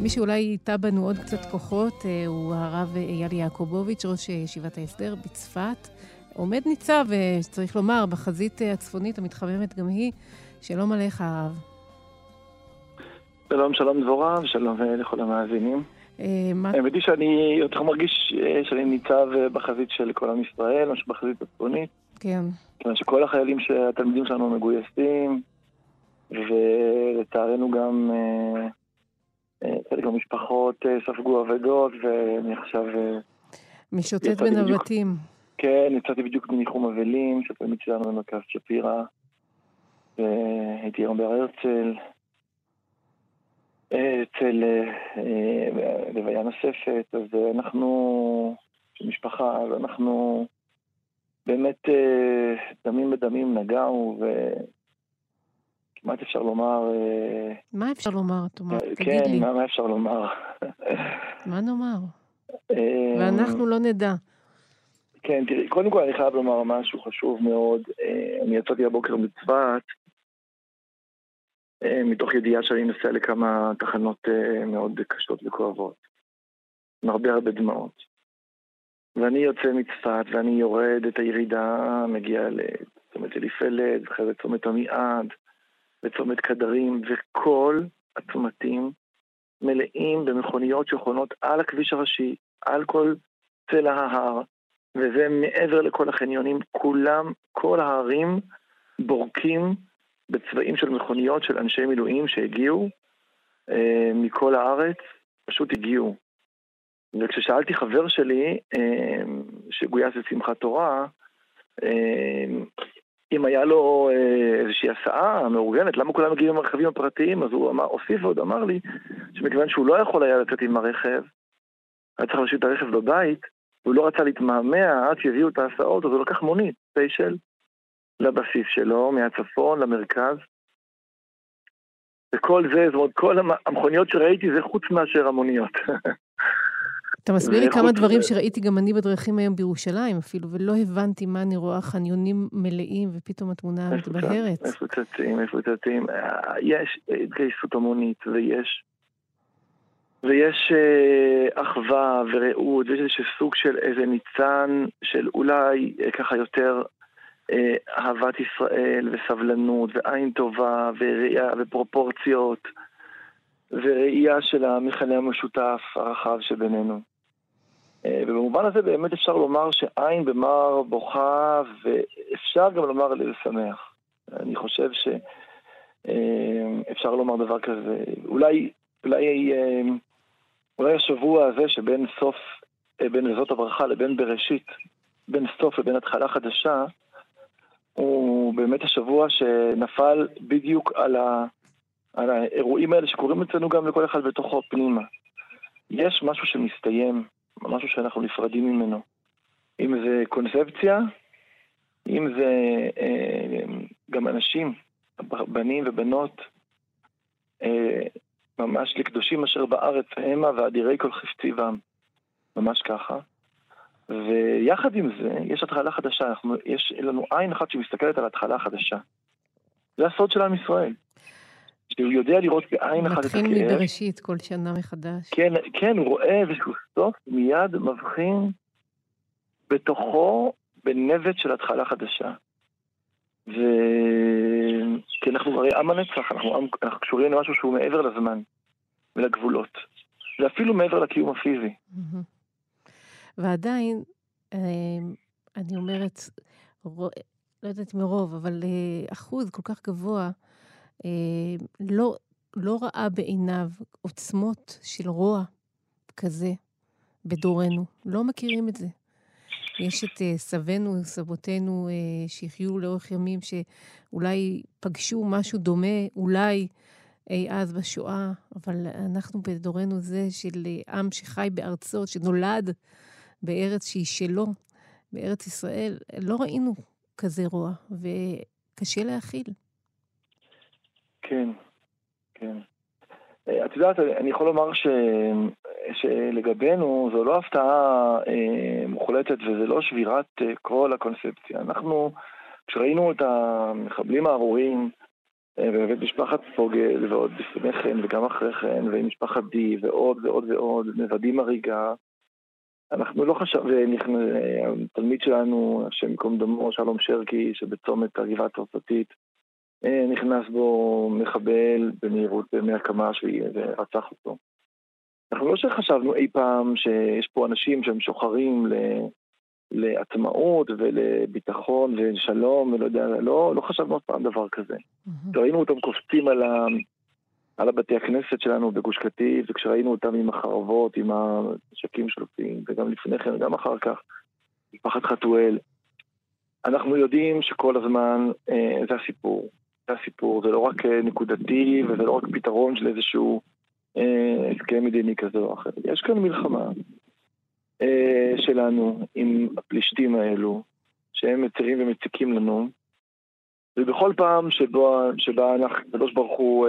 מי שאולי איתה בנו עוד קצת כוחות הוא הרב אייל יעקובוביץ', ראש ישיבת ההסדר בצפת. עומד ניצב, צריך לומר, בחזית הצפונית המתחממת גם היא. שלום עליך, הרב. שלום, שלום דבורה, ושלום לכל המאזינים. האמת היא שאני יותר מרגיש שאני ניצב בחזית של כל עם ישראל, משהו בחזית הצפונית. כן. כיוון שכל החיילים שהתלמידים שלנו מגויסים, ולצערנו גם חלק מהמשפחות ספגו אבדות, ואני עכשיו... משוטט בנבטים. כן, יצאתי בדיוק בניחום אבלים, שתלמיד שלנו במרכז שפירא, והייתי היום בהר הרצל, אצל לוויה נוספת, אז אנחנו משפחה, ואנחנו באמת דמים בדמים נגעו, וכמעט אפשר לומר... מה אפשר לומר, תאמר? כן, תגיד לי. מה אפשר לומר? מה נאמר? ואנחנו לא נדע. כן, תראי, קודם כל אני חייב לומר משהו חשוב מאוד. אני יצאתי הבוקר בצפת, מתוך ידיעה שאני נוסע לכמה תחנות מאוד קשות וכואבות. עם הרבה דמעות. ואני יוצא מצפת, ואני יורד את הירידה, מגיע לצומת אליפלד, אחרי צומת עמיעד, וצומת קדרים, וכל הצומתים מלאים במכוניות שחונות על הכביש הראשי, על כל צלע ההר, וזה מעבר לכל החניונים, כולם, כל ההרים בורקים בצבעים של מכוניות של אנשי מילואים שהגיעו מכל הארץ, פשוט הגיעו. וכששאלתי חבר שלי שגויס לשמחת תורה, אם היה לו איזושהי הסעה מאורגנת, למה כולם מגיעים עם הרכבים הפרטיים, אז הוא הוסיף ועוד אמר לי שמכיוון שהוא לא יכול היה לצאת עם הרכב, היה צריך להשאיר את הרכב בבית, הוא לא רצה להתמהמה עד שהביאו את ההסעות, אז הוא לקח מונית, ספיישל, לבסיס שלו, מהצפון למרכז. וכל זה, זאת אומרת, כל המכוניות שראיתי זה חוץ מאשר המוניות. אתה מסביר לי כמה דברים שראיתי גם אני בדרכים היום בירושלים אפילו, ולא הבנתי מה אני רואה, חניונים מלאים, ופתאום התמונה מתבהרת. מפוצצים. יש התגייסות המונית, ויש אחווה ורעות, ויש איזה סוג של איזה ניצן של אולי ככה יותר אהבת ישראל וסבלנות ועין טובה וראייה ופרופורציות וראייה של המכנה המשותף הרחב שבינינו. ובמובן הזה באמת אפשר לומר שעין במר בוכה, ואפשר גם לומר ליל שמח. אני חושב שאפשר לומר דבר כזה. אולי השבוע הזה שבין סוף, בין זאת הברכה לבין בראשית, בין סוף לבין התחלה חדשה, הוא באמת השבוע שנפל בדיוק על האירועים האלה שקורים אצלנו גם לכל אחד בתוכו פנימה. יש משהו שמסתיים, משהו שאנחנו נפרדים ממנו. אם זה קונספציה, אם זה גם אנשים, בנים ובנות, ממש לקדושים אשר בארץ המה ואדירי כל חפציבם. ממש ככה. ויחד עם זה, יש התחלה חדשה. יש לנו עין אחת שמסתכלת על התחלה חדשה. זה הסוד של עם ישראל. שהוא יודע לראות בעין אחת את הכאב. מתחיל מבראשית כל שנה מחדש. כן, הוא רואה איזשהו סוף מיד מבחין בתוכו בנבט של התחלה חדשה. כי אנחנו הרי עם הנצח, אנחנו קשורים למשהו שהוא מעבר לזמן ולגבולות. ואפילו מעבר לקיום הפיזי. ועדיין, אני אומרת, לא יודעת מרוב, אבל אחוז כל כך גבוה, לא ראה בעיניו עוצמות של רוע כזה בדורנו. לא מכירים את זה. יש את סבינו, סבותינו שיחיו לאורך ימים שאולי פגשו משהו דומה, אולי אז בשואה, אבל אנחנו בדורנו זה של עם שחי בארצו, שנולד בארץ שהיא שלו, בארץ ישראל, לא ראינו כזה רוע, וקשה להכיל. כן. את יודעת, אני יכול לומר שלגבינו זו לא הפתעה מוחלטת, וזה לא שבירת כל הקונספציה. אנחנו, כשראינו את המחבלים הארורים ובבית משפחת פוגל, ועוד לפני כן וגם אחרי כן, ועם משפחת די, ועוד ועוד ועוד, מבדים הריגה. אנחנו לא התלמיד שלנו, השם ייקום דמו, שלום שרקי, שבצומת הגבעה הצרפתית, נכנס בו מחבל במהירות ב-100 קמ"ש ורצח אותו. אנחנו לא שחשבנו אי פעם שיש פה אנשים שהם שוחרים לעצמאות ולביטחון ושלום, ולא יודע, לא חשבנו אף פעם דבר כזה. ראינו אותם קופצים על הבתי הכנסת שלנו בגוש קטיף, וכשראינו אותם עם החרבות, עם השקים שלופים, וגם לפני כן, וגם אחר כך, משפחת חתואל, אנחנו יודעים שכל הזמן זה הסיפור. זה הסיפור, זה לא רק נקודתי, וזה לא רק פתרון של איזשהו הסכם מדיני כזה או אחר. יש כאן מלחמה שלנו עם הפלישתים האלו, שהם מצרים ומציקים לנו, ובכל פעם שבה אנחנו, קדוש ברוך הוא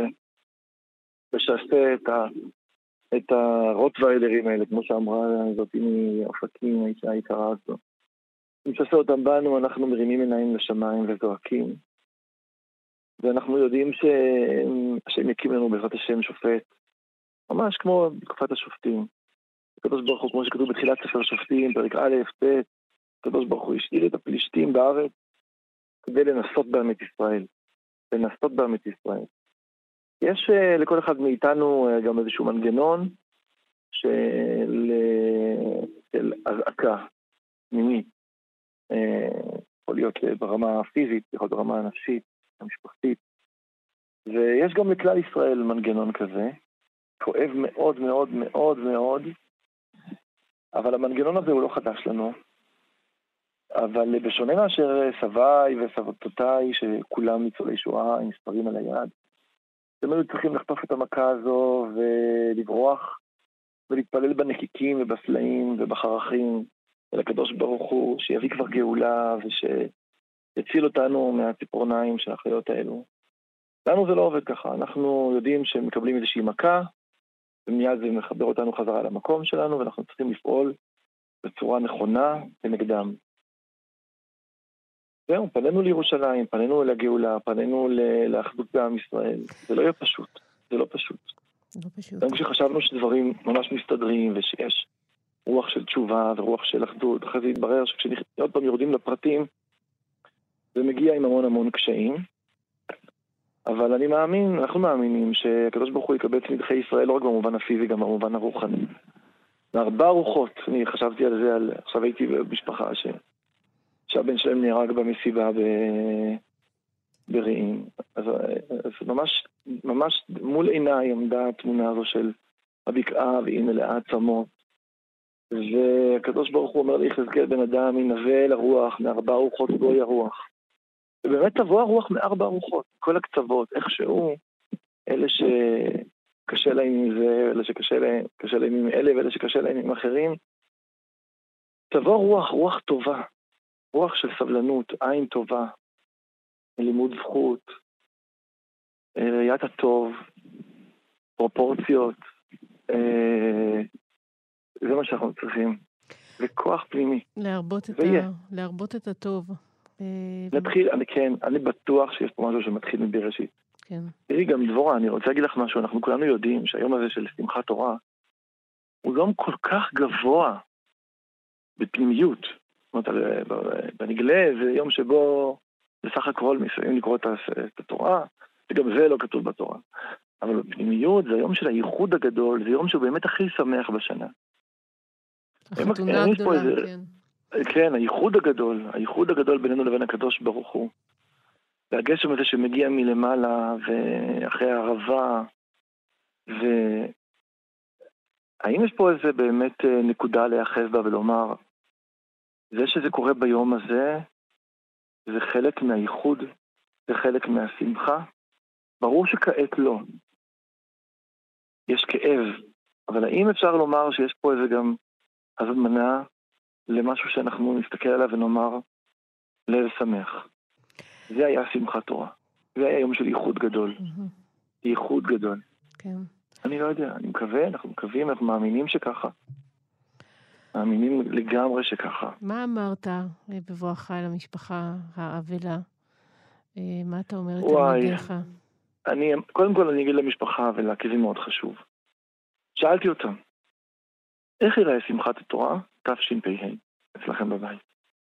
משסה את הרוטוויילרים האלה, כמו שאמרה זאת מאופקים, האישה היקרה הזו. משסה אותם בנו, אנחנו מרימים עיניים לשמיים וזועקים. ואנחנו יודעים שהשם יקים לנו בעזרת השם שופט, ממש כמו בתקופת השופטים. הקדוש ברוך הוא, כמו שכתוב בתחילת ספר שופטים, פרק א', ב', הקדוש ברוך הוא השאיר את הפלישתים בארץ כדי לנסות בעמת ישראל. לנסות בעמת ישראל. יש לכל אחד מאיתנו גם איזשהו מנגנון של הזעקה פנימית. יכול להיות ברמה הפיזית, יכול להיות ברמה הנפשית, המשפחתית. ויש גם לכלל ישראל מנגנון כזה, כואב מאוד מאוד מאוד מאוד, אבל המנגנון הזה הוא לא חדש לנו. אבל בשונה מאשר סביי וסבתותיי, שכולם ניצולי שואה עם מספרים על היד, אתם היו צריכים לחטוף את המכה הזו ולברוח ולהתפלל בנקיקים ובסלעים ובחרכים אל הקדוש ברוך הוא, שיביא כבר גאולה ושיציל אותנו מהציפורניים של החיות האלו. לנו זה לא עובד ככה. אנחנו יודעים שמקבלים איזושהי מכה, ומיד זה מחבר אותנו חזרה למקום שלנו, ואנחנו צריכים לפעול בצורה נכונה ונגדם. זהו, פנינו לירושלים, פנינו לגאולה, פנינו לאחדות בעם ישראל. זה לא יהיה פשוט, זה לא פשוט. לא פשוט. גם כשחשבנו שדברים ממש מסתדרים, ושיש רוח של תשובה ורוח של אחדות, אחרי זה התברר שכשעוד פעם יורדים לפרטים, זה מגיע עם המון המון קשיים. אבל אנחנו מאמינים שהקדוש ברוך הוא יקבץ מדחי ישראל לא רק במובן הפיזי, גם במובן הרוחני. וארבע רוחות, אני חשבתי על זה, עכשיו הייתי במשפחה שהבן שלהם נהרג במסיבה ברעים. אז ממש מול עיניי עמדה התמונה הזו של הבקעה, והיא מלאה עצמות. והקדוש ברוך הוא אומר לי, יחזקאל בן אדם, ינבא אל הרוח, מארבע רוחות גוי הרוח. ובאמת תבוא הרוח מארבע רוחות, כל הקצוות, איכשהו, אלה שקשה להם עם זה, אלה שקשה להם עם אלה, ואלה שקשה להם עם אחרים. תבוא רוח טובה, רוח של סבלנות, עין טובה, לימוד זכות, ראיית הטוב, פרופורציות, זה מה שאנחנו צריכים. וכוח פנימי. להרבות את הטוב. נתחיל, אני בטוח שיש פה משהו שמתחיל מבראשית. כן. תראי, גם דבורה, אני רוצה להגיד לך משהו, אנחנו כולנו יודעים שהיום הזה של שמחת תורה, הוא יום כל כך גבוה בפנימיות. זאת אומרת, בנגלה זה יום שבו בסך הכל מסוים לקרוא את התורה, וגם זה לא כתוב בתורה. אבל בפנימיות זה היום של הייחוד הגדול, זה יום שהוא באמת הכי שמח בשנה. החתונה הגדולה, כן. כן, הייחוד הגדול בינינו לבין הקדוש ברוך הוא. והגשם הזה שמגיע מלמעלה ואחרי הערבה, והאם יש פה איזה באמת נקודה להיאחז בה ולומר, זה שזה קורה ביום הזה, זה חלק מהייחוד, זה חלק מהשמחה. ברור שכעת לא. יש כאב, אבל האם אפשר לומר שיש פה איזה גם הזמנה למשהו שאנחנו נסתכל עליו ונאמר, לב שמח. זה היה שמחת תורה. זה היה יום של ייחוד גדול. ייחוד גדול. כן. אני לא יודע, אנחנו מקווים, אנחנו מאמינים שככה. מאמינים לגמרי שככה. מה אמרת בבואך אל המשפחה האבלה מה אתה אומר וואי, לתלמידיך? קודם כל אני אגיד למשפחה ולה, כי זה מאוד חשוב. שאלתי אותם, איך יראה שמחת התורה תשפ"ה אצלכם בבית?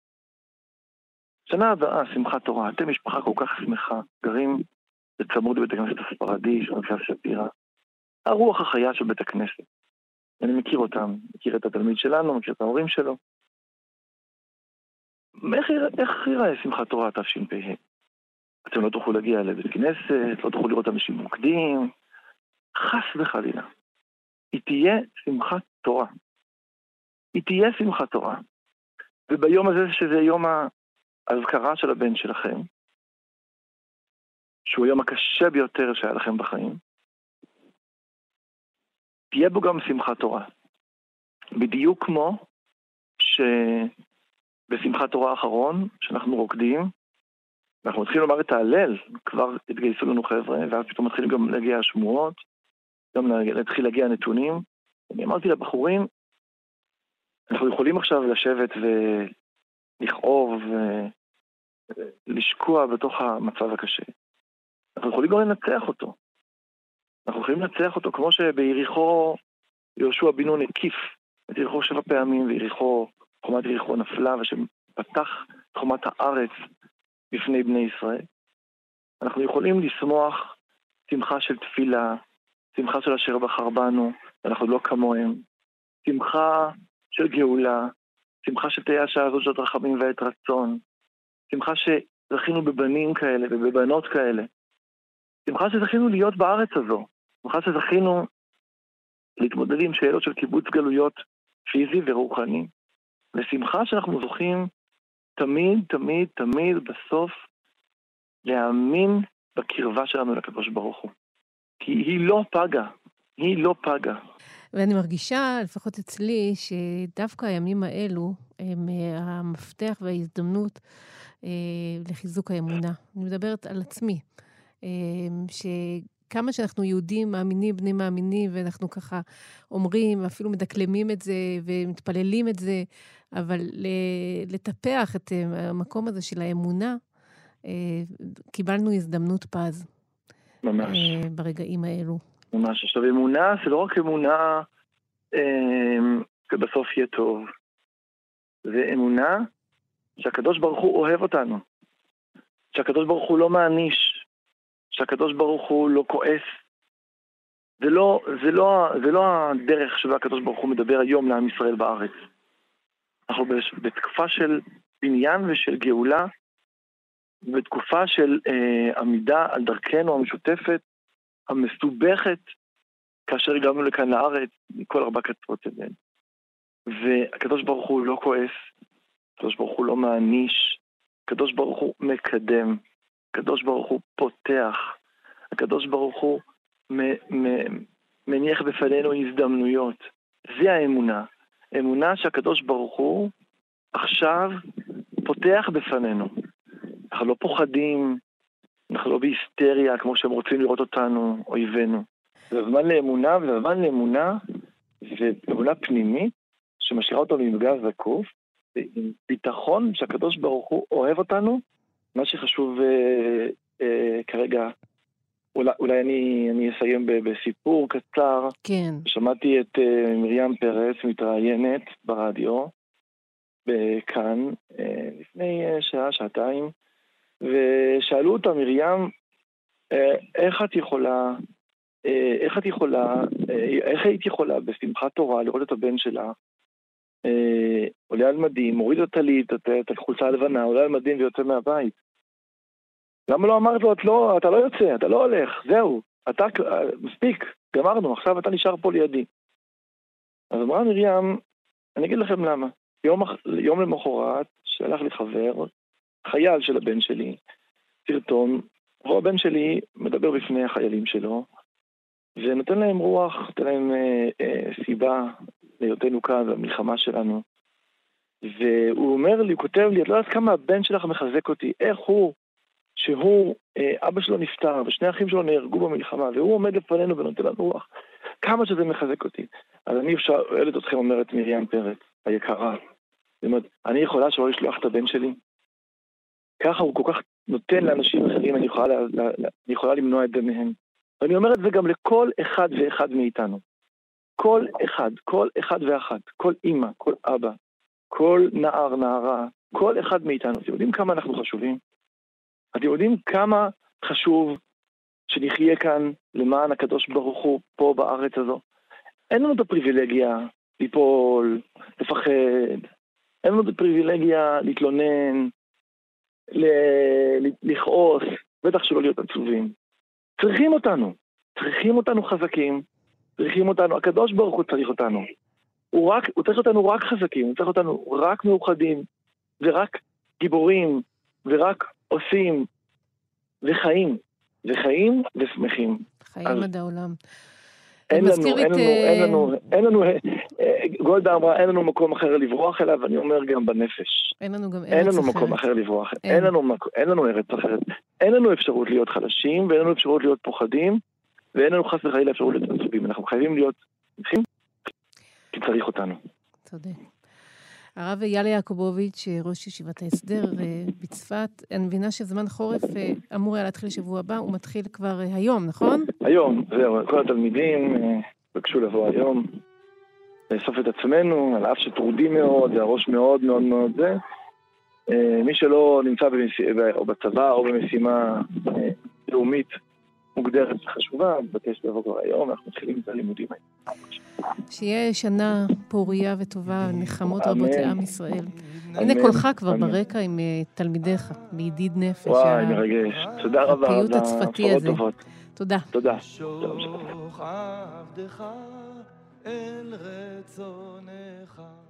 שנה הבאה, שמחת תורה, אתם משפחה כל כך שמחה, גרים בצמוד לבית הכנסת הספרדי של רב שפירא, הרוח החיה של בית הכנסת. אני מכיר אותם, מכיר את התלמיד שלנו, מכיר את ההורים שלו. איך יראה שמחת תורה תשפ"ה? אתם לא תוכלו להגיע לבית כנסת, לא תוכלו לראות אנשים מוקדים, חס וחלילה. היא תהיה שמחת תורה. היא תהיה שמחת תורה. וביום הזה, שזה יום ההזכרה של הבן שלכם, שהוא היום הקשה ביותר שהיה לכם בחיים, תהיה בו גם שמחת תורה. בדיוק כמו שבשמחת תורה האחרון, שאנחנו רוקדים, אנחנו מתחילים לומר את ההלל, כבר התגייסו לנו חבר'ה, ואז פתאום מתחילים גם להגיע השמועות, גם להתחיל להגיע הנתונים. אני אמרתי לבחורים, אנחנו יכולים עכשיו לשבת ולכאוב ולשקוע בתוך המצב הקשה. אנחנו יכולים גם לנצח אותו. אנחנו יכולים לנצח אותו כמו שביריחו יהושע בן נון הקיף את יריחו 7 פעמים, ויריחו, חומת יריחו נפלה, ושפתח חומת הארץ בפני בני ישראל. אנחנו יכולים לשמוח שמחה של תפילה, שמחה של אשר בחר בנו, ואנחנו לא כמוהם, שמחה של גאולה, שמחה שתהיה השעה הזאת של רחמים ועת רצון, שמחה שזכינו בבנים כאלה ובבנות כאלה, שמחה שזכינו להיות בארץ הזו, שמחה שזכינו להתמודד עם שאלות של קיבוץ גלויות פיזי ורוחני, ושמחה שאנחנו זוכים תמיד, תמיד, תמיד בסוף להאמין בקרבה שלנו לקדוש ברוך הוא. כי היא לא פגה, היא לא פגה. ואני מרגישה, לפחות אצלי, שדווקא הימים האלו הם המפתח וההזדמנות לחיזוק האמונה. אני מדברת על עצמי, שכמה שאנחנו יהודים מאמינים, בני מאמינים, ואנחנו ככה אומרים, אפילו מדקלמים את זה ומתפללים את זה, אבל לטפח את המקום הזה של האמונה, קיבלנו הזדמנות פז. ממש. ברגעים האלו. ממש. עכשיו, אמונה זה לא רק אמונה שבסוף יהיה טוב. זה אמונה שהקדוש ברוך הוא אוהב אותנו. שהקדוש ברוך הוא לא מעניש. שהקדוש ברוך הוא לא כועס. זה לא הדרך שבה הקדוש ברוך הוא מדבר היום לעם ישראל בארץ. אנחנו בתקופה של בניין ושל גאולה, בתקופה של עמידה על דרכנו המשותפת, המסובכת, כאשר הגענו לכאן לארץ, מכל 4 קצוות תבל. והקדוש ברוך הוא לא כועס, הקדוש ברוך הוא לא מעניש, הקדוש ברוך הוא מקדם, הקדוש ברוך הוא פותח, הקדוש ברוך הוא מניח בפנינו הזדמנויות. זה האמונה. אמונה שהקדוש ברוך הוא עכשיו פותח בפנינו. אנחנו לא פוחדים, אנחנו לא בהיסטריה כמו שהם רוצים לראות אותנו, אויבינו. זה זמן לאמונה, וזה זמן לאמונה, זה אמונה פנימית שמשאירה אותנו עם גב זקוף, עם ביטחון שהקדוש ברוך הוא אוהב אותנו. מה שחשוב כרגע, אולי אני אסיים בסיפור קצר. כן. שמעתי את מרים פרץ מתראיינת ברדיו, בכאן, לפני שעה, שעתיים, ושאלו אותה, מרים, איך היית יכולה בשמחת תורה לראות את הבן שלה, עולה על מדים, מוריד את הטלית, את החולצה הלבנה, עולה על מדים ויוצא מהבית. למה לא אמרת לו, אתה לא יוצא, אתה לא הולך, זהו, אתה מספיק, גמרנו, עכשיו אתה נשאר פה לידי. אז אמרה מרים, אני אגיד לכם למה. יום למחרת שלח לי חבר, חייל של הבן שלי, סרטון, הבן שלי מדבר בפני החיילים שלו, ונותן להם רוח, נותן להם סיבה להיותנו כאן במלחמה שלנו. והוא אומר לי, הוא כותב לי, את לא יודעת כמה הבן שלך מחזק אותי, איך הוא, אבא שלו נפטר, ושני אחים שלו נהרגו במלחמה, והוא עומד לפנינו ונותן לנו רוח, כמה שזה מחזק אותי. אז אני שואלת אתכם, אומרת מרים פרץ, היקרה, זאת אומרת, אני יכולה שלא לשלוח את הבן שלי? ככה הוא כל כך נותן לאנשים אחרים, אני יכולה למנוע את זה מהם. ואני אומר את זה גם לכל אחד ואחד מאיתנו. כל אחד ואחת, כל אמא, כל אבא, כל נער, נערה, כל אחד מאיתנו. אתם יודעים כמה אנחנו חשובים? אתם יודעים כמה חשוב שנחיה כאן למען הקדוש ברוך הוא פה בארץ הזו? אין לנו את הפריבילגיה ליפול, לפחד, אין לנו את הפריבילגיה להתלונן, לכעוס, בטח שלא להיות עצובים. צריכים אותנו חזקים, צריכים אותנו, הקדוש ברוך הוא צריך אותנו. הוא צריך אותנו רק חזקים, הוא צריך אותנו רק מאוחדים, ורק גיבורים, ורק עושים, וחיים ושמחים. חיים עד העולם. אין לנו, גולדה אמרה, אין לנו מקום אחר לברוח אליו, ואני אומר גם בנפש. אין לנו גם ארץ אין אחרת. לנו מקום אחר לברוח, אין לנו ארץ אחרת. אין לנו אפשרות להיות חלשים, ואין לנו אפשרות להיות פוחדים, ואין לנו חס וחלילה אפשרות להיות עצובים. אנחנו חייבים להיות שמחים, כי צריך אותנו. תודה. הרב יאלי יעקובוביץ', ראש ישיבת ההסדר בצפת, אני מבינה שזמן חורף אמור היה להתחיל שבוע הבא, הוא מתחיל כבר היום, נכון? היום, זהו, כל התלמידים בקשו לבוא היום, לאסוף את עצמנו, על אף שטרודים מאוד, והראש מאוד מאוד מאוד זה. מי שלא נמצא או בצבא או במשימה לאומית מוגדרת וחשובה, מבקש לבוא כבר היום, אנחנו מתחילים את הלימודים היום. שיהיה שנה פוריה וטובה, נחמות רבות לעם ישראל. הנה קולך כבר ברקע עם תלמידיך, בידיד נפש. וואי, מרגש. תודה רבה. הפיוט הצפתי הזה. תודה. תודה. עבדך אל רצונך.